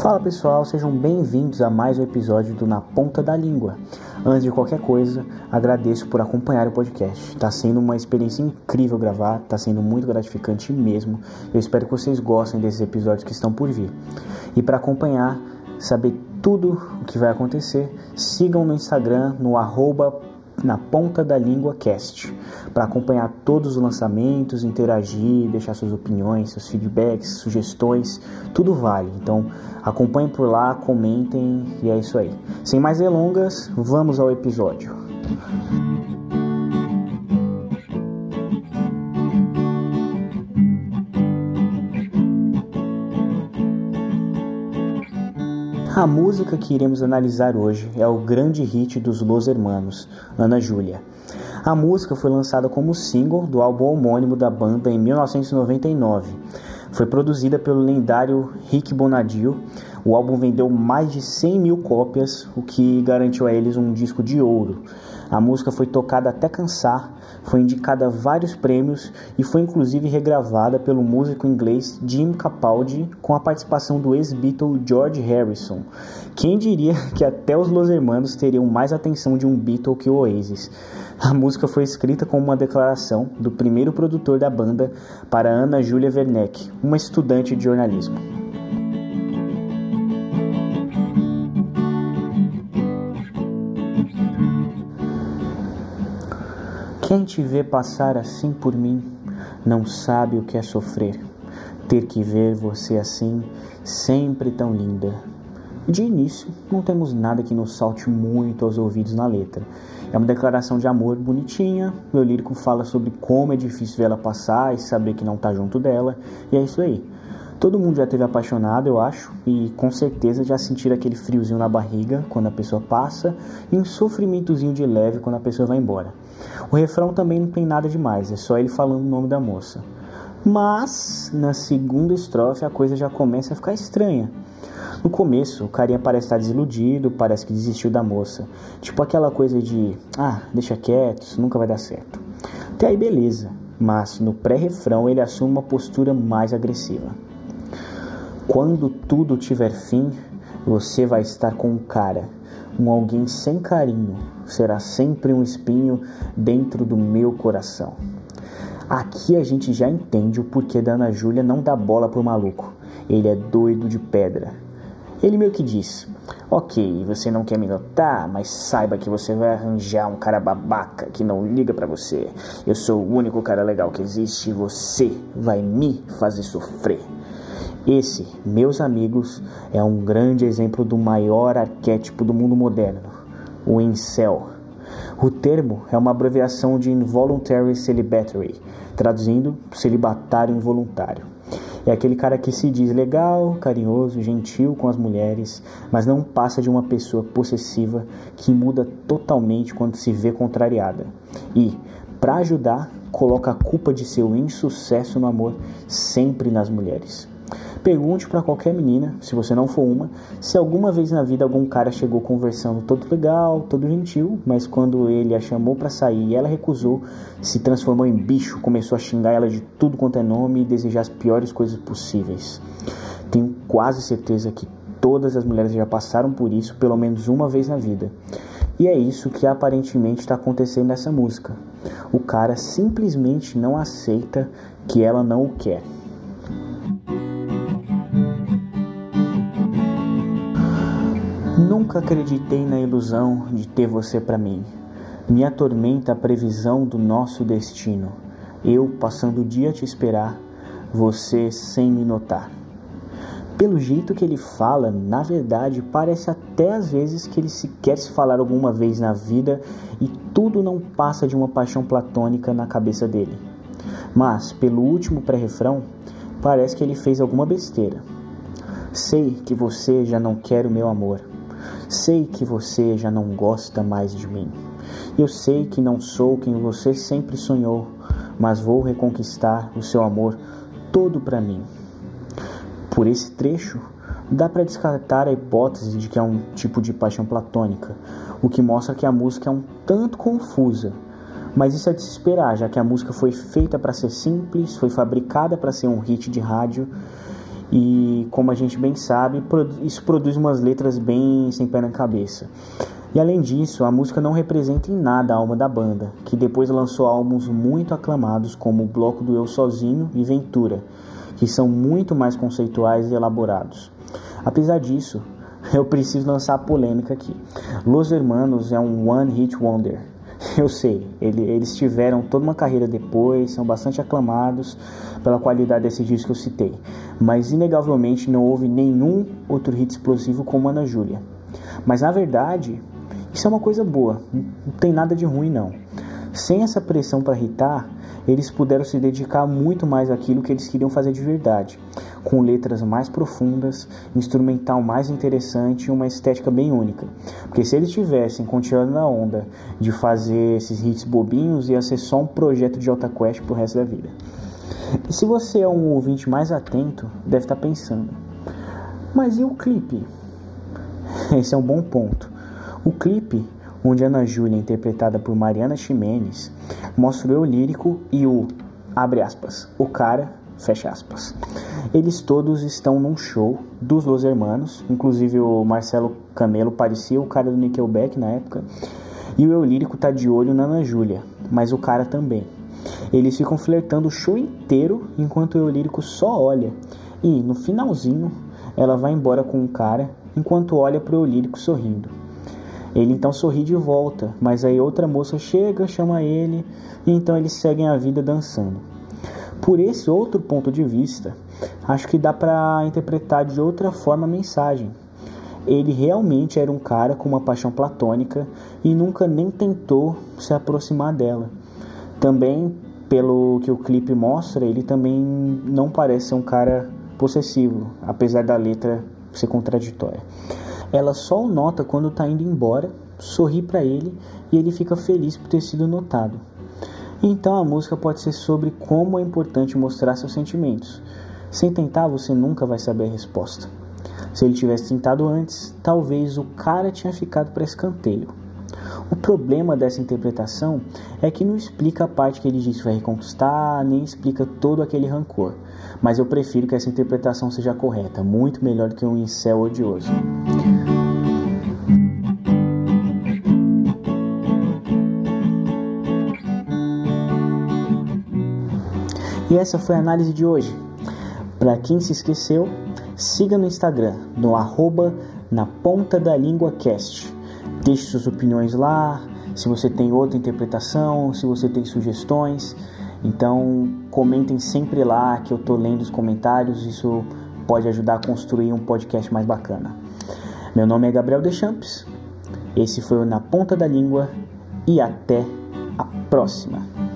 Fala pessoal, sejam bem-vindos a mais um episódio do Na Ponta da Língua. Antes de qualquer coisa, agradeço por acompanhar o podcast. Está sendo uma experiência incrível gravar, está sendo muito gratificante mesmo. Eu espero que vocês gostem desses episódios que estão por vir. E para acompanhar, saber tudo o que vai acontecer, sigam no Instagram no @Na Ponta da Língua Cast, para acompanhar todos os lançamentos, interagir, deixar suas opiniões, seus feedbacks, sugestões, tudo vale. Então acompanhem por lá, comentem e é isso aí. Sem mais delongas, vamos ao episódio. A música que iremos analisar hoje é o grande hit dos Los Hermanos, Ana Júlia. A música foi lançada como single do álbum homônimo da banda em 1999. Foi produzida pelo lendário Rick Bonadio. O álbum vendeu mais de 100 mil cópias, o que garantiu a eles um disco de ouro. A música foi tocada até cansar, foi indicada a vários prêmios e foi inclusive regravada pelo músico inglês Jim Capaldi com a participação do ex-Beatle George Harrison. Quem diria que até os Los Hermanos teriam mais atenção de um Beatle que o Oasis? A música foi escrita como uma declaração do primeiro produtor da banda para Ana Júlia Werneck, uma estudante de jornalismo. Quem te vê passar assim por mim, não sabe o que é sofrer. Ter que ver você assim, sempre tão linda. De início, não temos nada que nos salte muito aos ouvidos na letra. É uma declaração de amor bonitinha, meu lírico fala sobre como é difícil ver ela passar e saber que não tá junto dela, e é isso aí. Todo mundo já esteve apaixonado, eu acho, e com certeza já sentiram aquele friozinho na barriga quando a pessoa passa e um sofrimentozinho de leve quando a pessoa vai embora. O refrão também não tem nada demais, é só ele falando o nome da moça. Mas, na segunda estrofe, a coisa já começa a ficar estranha. No começo, o carinha parece estar desiludido, parece que desistiu da moça. Tipo aquela coisa de, deixa quieto, isso nunca vai dar certo. Até aí beleza, mas no pré-refrão ele assume uma postura mais agressiva. Quando tudo tiver fim, você vai estar com um cara, um alguém sem carinho, será sempre um espinho dentro do meu coração. Aqui a gente já entende o porquê da Ana Júlia não dá bola pro maluco. Ele é doido de pedra. Ele meio que diz, ok, você não quer me notar, mas saiba que você vai arranjar um cara babaca que não liga pra você. Eu sou o único cara legal que existe e você vai me fazer sofrer. Esse, meus amigos, é um grande exemplo do maior arquétipo do mundo moderno, o incel. O termo é uma abreviação de Involuntary Celibatary, traduzindo celibatário involuntário. É aquele cara que se diz legal, carinhoso, gentil com as mulheres, mas não passa de uma pessoa possessiva que muda totalmente quando se vê contrariada. E, para ajudar, coloca a culpa de seu insucesso no amor sempre nas mulheres. Pergunte para qualquer menina, se você não for uma, se alguma vez na vida algum cara chegou conversando todo legal, todo gentil, mas quando ele a chamou para sair e ela recusou, se transformou em bicho, começou a xingar ela de tudo quanto é nome e desejar as piores coisas possíveis. Tenho quase certeza que todas as mulheres já passaram por isso pelo menos uma vez na vida. E é isso que aparentemente está acontecendo nessa música. O cara simplesmente não aceita que ela não o quer. Nunca acreditei na ilusão de ter você pra mim. Me atormenta a previsão do nosso destino. Eu passando o dia a te esperar, você sem me notar. Pelo jeito que ele fala, na verdade, parece até às vezes que ele sequer se falar alguma vez na vida e tudo não passa de uma paixão platônica na cabeça dele. Mas, pelo último pré-refrão, parece que ele fez alguma besteira. Sei que você já não quer o meu amor. Sei que você já não gosta mais de mim. Eu sei que não sou quem você sempre sonhou, mas vou reconquistar o seu amor todo pra mim. Por esse trecho, dá para descartar a hipótese de que é um tipo de paixão platônica, o que mostra que a música é um tanto confusa. Mas isso é de se esperar, já que a música foi feita para ser simples, foi fabricada para ser um hit de rádio E como a gente bem sabe, isso produz umas letras bem sem pé na cabeça. E além disso, a música não representa em nada a alma da banda, que depois lançou álbuns muito aclamados como o Bloco do Eu Sozinho e Ventura, que são muito mais conceituais e elaborados. Apesar disso, eu preciso lançar a polêmica aqui. Los Hermanos é um one hit wonder. Eu sei, eles tiveram toda uma carreira depois, são bastante aclamados pela qualidade desse disco que eu citei, mas inegavelmente não houve nenhum outro hit explosivo como Ana Júlia. Mas na verdade, isso é uma coisa boa, não tem nada de ruim não. Sem essa pressão para hitar, eles puderam se dedicar muito mais àquilo que eles queriam fazer de verdade, com letras mais profundas, instrumental mais interessante e uma estética bem única. Porque se eles tivessem continuado na onda de fazer esses hits bobinhos, ia ser só um projeto de Jota Quest pro resto da vida. E se você é um ouvinte mais atento, deve estar pensando, mas e o clipe? Esse é um bom ponto. O clipe, onde Ana Júlia, interpretada por Mariana Ximenes, mostra o eu lírico e o, abre aspas, o cara, fecha aspas. Eles todos estão num show dos Los Hermanos, inclusive o Marcelo Camelo parecia o cara do Nickelback na época, e o eu lírico tá de olho na Ana Júlia, mas o cara também. Eles ficam flertando o show inteiro, enquanto o eu lírico só olha, e no finalzinho ela vai embora com o cara, enquanto olha pro eu lírico sorrindo. Ele então sorri de volta, mas aí outra moça chega, chama ele, e então eles seguem a vida dançando. Por esse outro ponto de vista, acho que dá para interpretar de outra forma a mensagem. Ele realmente era um cara com uma paixão platônica e nunca nem tentou se aproximar dela. Também, pelo que o clipe mostra, ele também não parece ser um cara possessivo, apesar da letra ser contraditória. Ela só o nota quando está indo embora, sorri para ele e ele fica feliz por ter sido notado. Então a música pode ser sobre como é importante mostrar seus sentimentos. Sem tentar, você nunca vai saber a resposta. Se ele tivesse tentado antes, talvez o cara tinha ficado para escanteio. O problema dessa interpretação é que não explica a parte que ele disse que vai reconquistar, nem explica todo aquele rancor. Mas eu prefiro que essa interpretação seja correta, muito melhor do que um incel odioso. E essa foi a análise de hoje. Para quem se esqueceu, siga no Instagram, no @napontadalínguacast. Deixe suas opiniões lá, se você tem outra interpretação, se você tem sugestões. Então comentem sempre lá que eu estou lendo os comentários, isso pode ajudar a construir um podcast mais bacana. Meu nome é Gabriel Deschamps, esse foi o Na Ponta da Língua e até a próxima.